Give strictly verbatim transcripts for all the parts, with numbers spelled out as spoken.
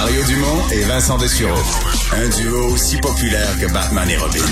Mario Dumont et Vincent Dessureau. Un duo aussi populaire que Batman et Robin.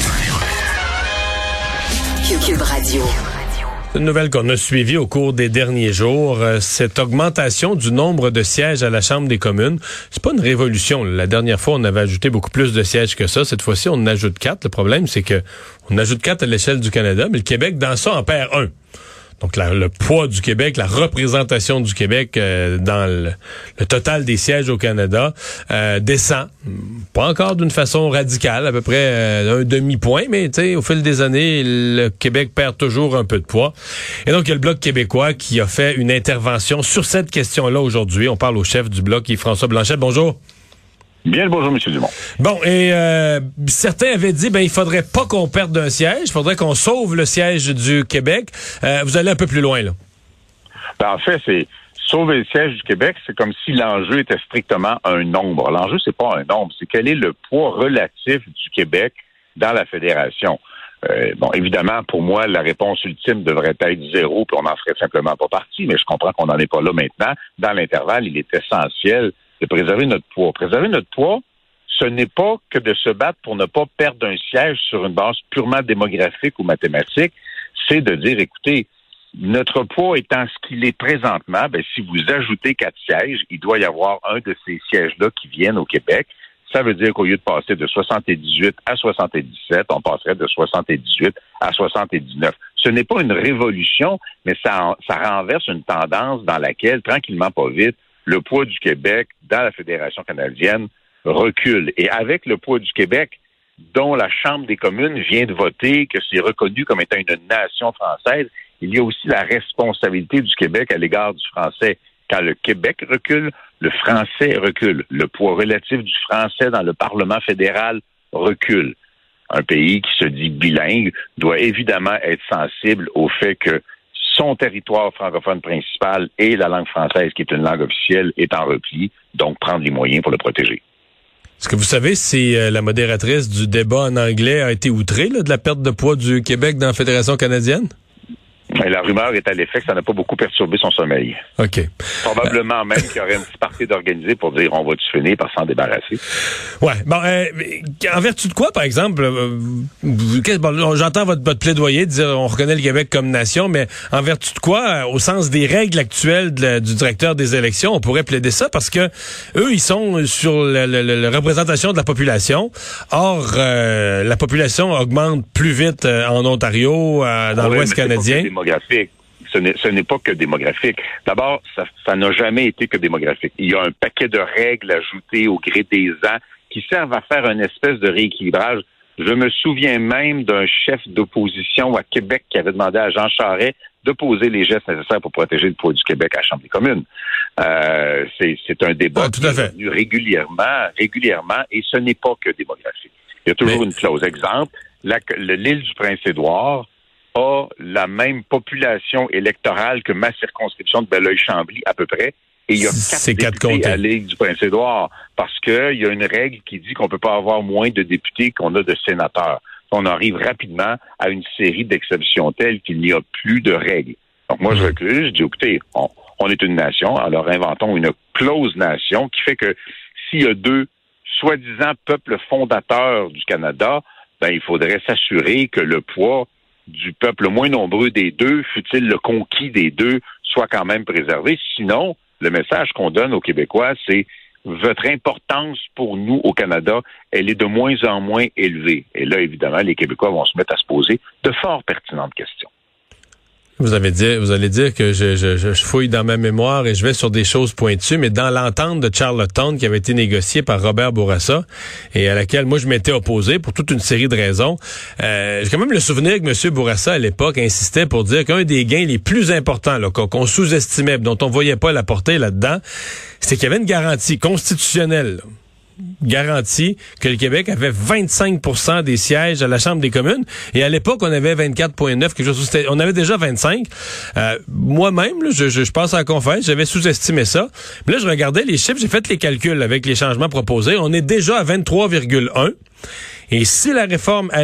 Cube Radio. C'est une nouvelle qu'on a suivie au cours des derniers jours. Cette augmentation du nombre de sièges à la Chambre des communes, c'est pas une révolution. La dernière fois, on avait ajouté beaucoup plus de sièges que ça. Cette fois-ci, on en ajoute quatre. Le problème, c'est que on ajoute quatre à l'échelle du Canada, mais le Québec, dans ça, en perd un. Donc, la, le poids du Québec, la représentation du Québec euh, dans le, le total des sièges au Canada euh, descend. Pas encore d'une façon radicale, à peu près euh, un demi-point, mais tu sais, au fil des années, le Québec perd toujours un peu de poids. Et donc, il y a le Bloc québécois qui a fait une intervention sur cette question-là aujourd'hui. On parle au chef du Bloc, qui est François Blanchet. Bonjour. Bien le bonjour, M. Dumont. Bon, et euh, certains avaient dit, ben il faudrait pas qu'on perde un siège, il faudrait qu'on sauve le siège du Québec. Euh, vous allez un peu plus loin, là. Ben, en fait, c'est sauver le siège du Québec, c'est comme si l'enjeu était strictement un nombre. L'enjeu, c'est pas un nombre, c'est quel est le poids relatif du Québec dans la fédération. Euh, bon, évidemment, pour moi, la réponse ultime devrait être zéro, puis on n'en ferait simplement pas partie, mais je comprends qu'on n'en est pas là maintenant. Dans l'intervalle, il est essentiel de préserver notre poids. Préserver notre poids, ce n'est pas que de se battre pour ne pas perdre un siège sur une base purement démographique ou mathématique, c'est de dire, écoutez, notre poids étant ce qu'il est présentement, ben, si vous ajoutez quatre sièges, il doit y avoir un de ces sièges-là qui viennent au Québec. Ça veut dire qu'au lieu de passer de soixante-dix-huit à soixante-dix-sept, on passerait de soixante-dix-huit à soixante-dix-neuf. Ce n'est pas une révolution, mais ça, ça renverse une tendance dans laquelle, tranquillement pas vite, le poids du Québec dans la Fédération canadienne recule. Et avec le poids du Québec, dont la Chambre des communes vient de voter que c'est reconnu comme étant une nation française, il y a aussi la responsabilité du Québec à l'égard du français. Quand le Québec recule, le français recule. Le poids relatif du français dans le Parlement fédéral recule. Un pays qui se dit bilingue doit évidemment être sensible au fait que son territoire francophone principal et la langue française, qui est une langue officielle, est en repli, donc prendre les moyens pour le protéger. Ce que vous savez, c'est euh, la modératrice du débat en anglais a été outrée là, de la perte de poids du Québec dans la Fédération canadienne? Et la rumeur est à l'effet que ça n'a pas beaucoup perturbé son sommeil. OK. Probablement même qu'il y aurait une petite partie d'organiser pour dire on va-tu finir par s'en débarrasser. Ouais. Bon, euh, en vertu de quoi, par exemple, euh, bon, j'entends votre, votre plaidoyer de dire on reconnaît le Québec comme nation, mais en vertu de quoi, au sens des règles actuelles de la, du directeur des élections, on pourrait plaider ça parce que eux, ils sont sur la, la, la représentation de la population. Or, euh, la population augmente plus vite euh, en Ontario, euh, dans ouais, l'Ouest canadien. Démographique. Ce n'est, ce n'est pas que démographique. D'abord, ça, ça n'a jamais été que démographique. Il y a un paquet de règles ajoutées au gré des ans qui servent à faire une espèce de rééquilibrage. Je me souviens même d'un chef d'opposition à Québec qui avait demandé à Jean Charest de poser les gestes nécessaires pour protéger le poids du Québec à la Chambre des communes. Euh, c'est, c'est un débat ah, tout à fait. qui est venu régulièrement, régulièrement, et ce n'est pas que démographique. Il y a toujours Mais... une clause. Exemple, la, l'île du Prince-Édouard a la même population électorale que ma circonscription de Belleuil-Chambly à peu près, et il y a quatre quatre députés à l'île du Prince-Édouard parce qu'il y a une règle qui dit qu'on peut pas avoir moins de députés qu'on a de sénateurs. On arrive rapidement à une série d'exceptions telles qu'il n'y a plus de règles. Donc moi, je recule, je dis, écoutez, on, on est une nation, alors inventons une close nation qui fait que s'il y a deux soi-disant peuples fondateurs du Canada, ben il faudrait s'assurer que le poids du peuple moins nombreux des deux, fût-il le conquis des deux, soit quand même préservé. Sinon, le message qu'on donne aux Québécois, c'est votre importance pour nous au Canada, elle est de moins en moins élevée. Et là, évidemment, les Québécois vont se mettre à se poser de fort pertinentes questions. Vous avez dit, vous allez dire que je, je, je fouille dans ma mémoire et je vais sur des choses pointues, mais dans l'entente de Charlottetown qui avait été négociée par Robert Bourassa et à laquelle moi je m'étais opposé pour toute une série de raisons, euh, j'ai quand même le souvenir que M. Bourassa à l'époque insistait pour dire qu'un des gains les plus importants là, qu'on, qu'on sous-estimait, dont on voyait pas la portée là-dedans, c'est qu'il y avait une garantie constitutionnelle là, garantie que le Québec avait vingt-cinq pour cent des sièges à la Chambre des communes. Et à l'époque, on avait vingt-quatre virgule neuf, quelque chose. On avait déjà vingt-cinq. Euh, moi-même, là, je, je, je passe à la confesse, j'avais sous-estimé ça. Mais là, je regardais les chiffres, j'ai fait les calculs avec les changements proposés. On est déjà à vingt-trois virgule un. Et si la réforme allait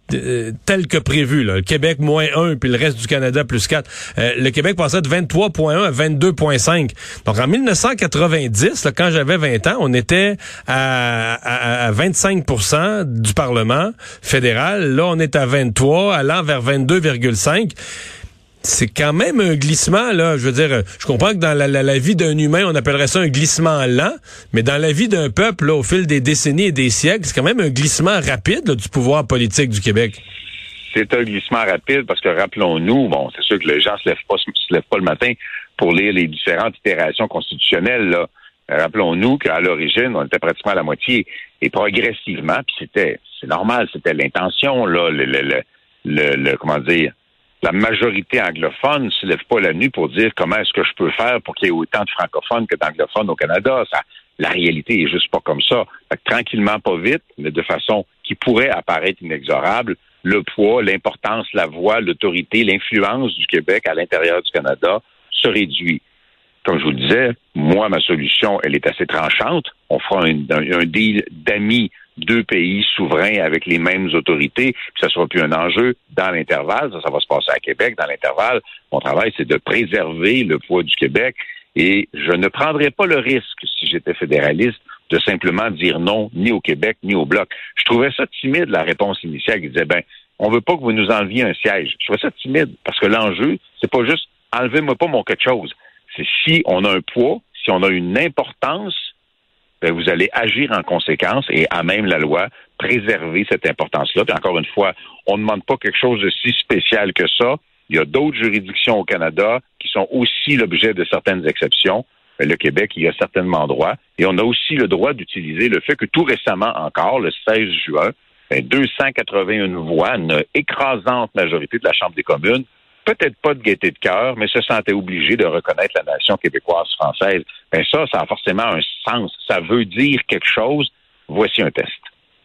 euh, tel que prévu, là, le Québec moins un, puis le reste du Canada plus quatre, euh, le Québec passait de vingt-trois virgule un à vingt-deux virgule cinq. Donc en dix-neuf quatre-vingt-dix, là, quand j'avais vingt ans, on était à, à, à vingt-cinq pour cent du Parlement fédéral. Là, on est à vingt-trois, allant vers vingt-deux virgule cinq. C'est quand même un glissement, là. Je veux dire, je comprends que dans la, la, la vie d'un humain, on appellerait ça un glissement lent, mais dans la vie d'un peuple, là, au fil des décennies et des siècles, c'est quand même un glissement rapide là, du pouvoir politique du Québec. C'est un glissement rapide parce que, rappelons-nous, bon, c'est sûr que les gens se lèvent pas, se lèvent pas le matin pour lire les différentes itérations constitutionnelles, là. Rappelons-nous qu'à l'origine, on était pratiquement à la moitié. Et progressivement, puis c'était, c'est normal, c'était l'intention, là, le, le, le, le, le comment dire, la majorité anglophone ne se lève pas la nuit pour dire comment est-ce que je peux faire pour qu'il y ait autant de francophones que d'anglophones au Canada. Ça, la réalité est juste pas comme ça. Fait que, tranquillement, pas vite, mais de façon qui pourrait apparaître inexorable, le poids, l'importance, la voix, l'autorité, l'influence du Québec à l'intérieur du Canada se réduit. Comme je vous le disais, moi, ma solution, elle est assez tranchante. On fera un, un, un deal d'amis, deux pays souverains avec les mêmes autorités, puis ça sera plus un enjeu dans l'intervalle. Ça, ça va se passer à Québec. Dans l'intervalle, mon travail, c'est de préserver le poids du Québec et je ne prendrais pas le risque, si j'étais fédéraliste, de simplement dire non ni au Québec ni au Bloc. Je trouvais ça timide, la réponse initiale qui disait, ben, on veut pas que vous nous enleviez un siège. Je trouvais ça timide parce que l'enjeu, c'est pas juste enlevez-moi pas mon quelque chose. C'est si on a un poids, si on a une importance, ben vous allez agir en conséquence et à même la loi, préserver cette importance-là. Puis encore une fois, on ne demande pas quelque chose de si spécial que ça. Il y a d'autres juridictions au Canada qui sont aussi l'objet de certaines exceptions. Le Québec, il y a certainement droit. Et on a aussi le droit d'utiliser le fait que tout récemment encore, le seize juin, deux cent quatre-vingt-une voix, une écrasante majorité de la Chambre des communes, peut-être pas de gaieté de cœur, mais se sentait obligé de reconnaître la nation québécoise-française. Ben ça, ça a forcément un sens. Ça veut dire quelque chose. Voici un test.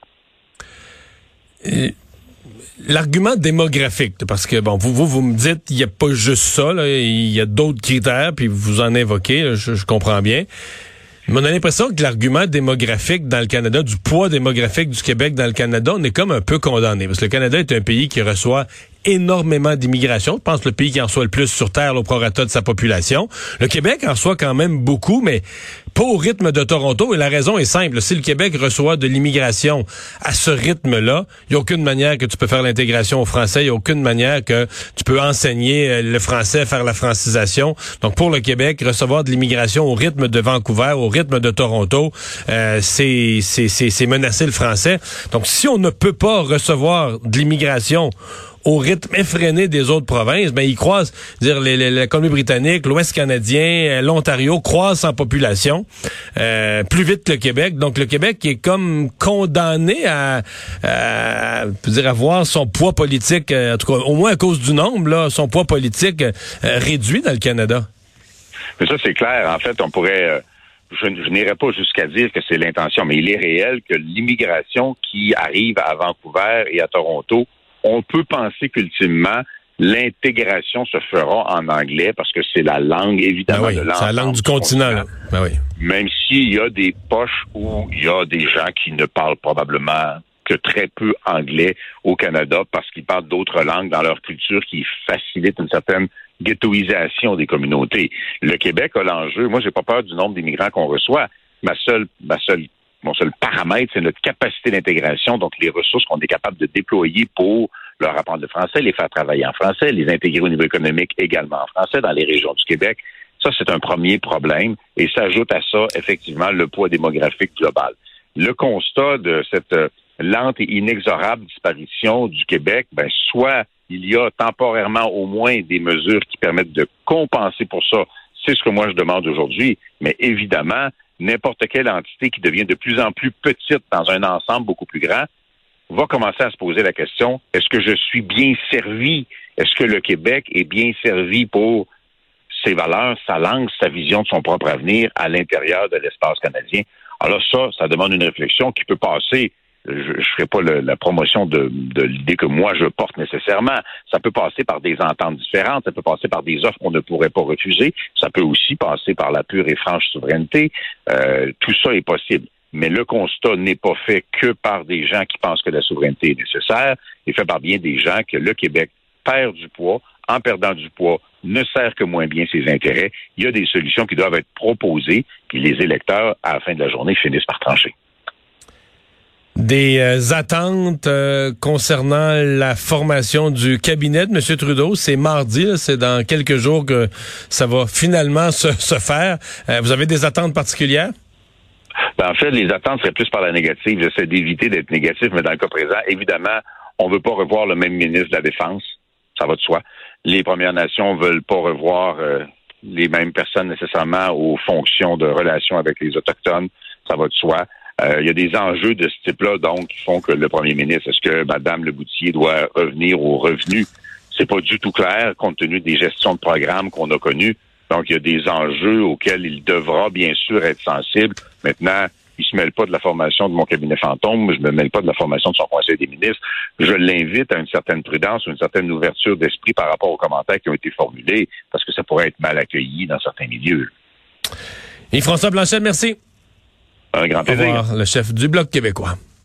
Et l'argument démographique, parce que, bon, vous, vous, vous me dites, il n'y a pas juste ça, là, il y a d'autres critères, puis vous en invoquez, là, je, je comprends bien. Mais on a l'impression que l'argument démographique dans le Canada, du poids démographique du Québec dans le Canada, on est comme un peu condamné. Parce que le Canada est un pays qui reçoit énormément d'immigration. Je pense que le pays qui en reçoit le plus sur Terre, au prorata de sa population. Le Québec en reçoit quand même beaucoup, mais pas au rythme de Toronto. Et la raison est simple. Si le Québec reçoit de l'immigration à ce rythme-là, il n'y a aucune manière que tu peux faire l'intégration au français. Il n'y a aucune manière que tu peux enseigner le français, faire la francisation. Donc, pour le Québec, recevoir de l'immigration au rythme de Vancouver, au rythme de Toronto, euh, c'est, c'est, c'est, c'est menacer le français. Donc, si on ne peut pas recevoir de l'immigration au rythme effréné des autres provinces, ben ils croisent, dire les, les, la Colombie-Britannique, l'Ouest canadien, l'Ontario croissent en population euh, plus vite que le Québec. Donc le Québec est comme condamné à, à, à dire avoir son poids politique, euh, en tout cas au moins à cause du nombre, là, son poids politique euh, réduit dans le Canada. Mais ça c'est clair. En fait, on pourrait euh... Je, je n'irai pas jusqu'à dire que c'est l'intention, mais il est réel que l'immigration qui arrive à Vancouver et à Toronto, on peut penser qu'ultimement, l'intégration se fera en anglais parce que c'est la langue, évidemment, ben oui, de l'ensemble. C'est la langue du continent, là. Ben oui. Même s'il y a des poches où il y a des gens qui ne parlent probablement que très peu anglais au Canada parce qu'ils parlent d'autres langues dans leur culture qui facilitent une certaine ghettoisation des communautés. Le Québec a l'enjeu. Moi, j'ai pas peur du nombre d'immigrants qu'on reçoit. Ma seule, ma seule, mon seul paramètre, c'est notre capacité d'intégration, donc les ressources qu'on est capable de déployer pour leur apprendre le français, les faire travailler en français, les intégrer au niveau économique également en français dans les régions du Québec. Ça, c'est un premier problème. Et s'ajoute à ça, effectivement, le poids démographique global. Le constat de cette lente et inexorable disparition du Québec, ben, soit il y a temporairement au moins des mesures qui permettent de compenser pour ça. C'est ce que moi je demande aujourd'hui. Mais évidemment, n'importe quelle entité qui devient de plus en plus petite dans un ensemble beaucoup plus grand va commencer à se poser la question, est-ce que je suis bien servi? Est-ce que le Québec est bien servi pour ses valeurs, sa langue, sa vision de son propre avenir à l'intérieur de l'espace canadien? Alors ça, ça demande une réflexion qui peut passer. Je ne ferai pas le, la promotion de, de l'idée que moi je porte nécessairement. Ça peut passer par des ententes différentes, ça peut passer par des offres qu'on ne pourrait pas refuser, ça peut aussi passer par la pure et franche souveraineté. Euh, tout ça est possible. mais le constat n'est pas fait que par des gens qui pensent que la souveraineté est nécessaire, et fait par bien des gens que le Québec perd du poids. En perdant du poids, ne sert que moins bien ses intérêts. Il y a des solutions qui doivent être proposées, puis les électeurs, à la fin de la journée, finissent par trancher. Des euh, attentes euh, concernant la formation du cabinet de M. Trudeau. C'est mardi, là, c'est dans quelques jours que ça va finalement se, se faire. Euh, vous avez des attentes particulières? Ben, en fait, les attentes seraient plus par la négative. J'essaie d'éviter d'être négatif, mais dans le cas présent, évidemment, on ne veut pas revoir le même ministre de la Défense. Ça va de soi. Les Premières Nations veulent pas revoir euh, les mêmes personnes nécessairement aux fonctions de relations avec les Autochtones. Ça va de soi. Euh, il y a des enjeux de ce type-là, donc, qui font que le premier ministre, est-ce que Mme Leboutier doit revenir aux revenus? C'est pas du tout clair, compte tenu des gestions de programmes qu'on a connues. Donc, il y a des enjeux auxquels il devra, bien sûr, être sensible. Maintenant, il se mêle pas de la formation de mon cabinet fantôme, je me mêle pas de la formation de son conseil des ministres. Je l'invite à une certaine prudence, une certaine ouverture d'esprit par rapport aux commentaires qui ont été formulés, parce que ça pourrait être mal accueilli dans certains milieux. Et François Blanchet, merci. Un grand plaisir. Au revoir, le chef du Bloc québécois.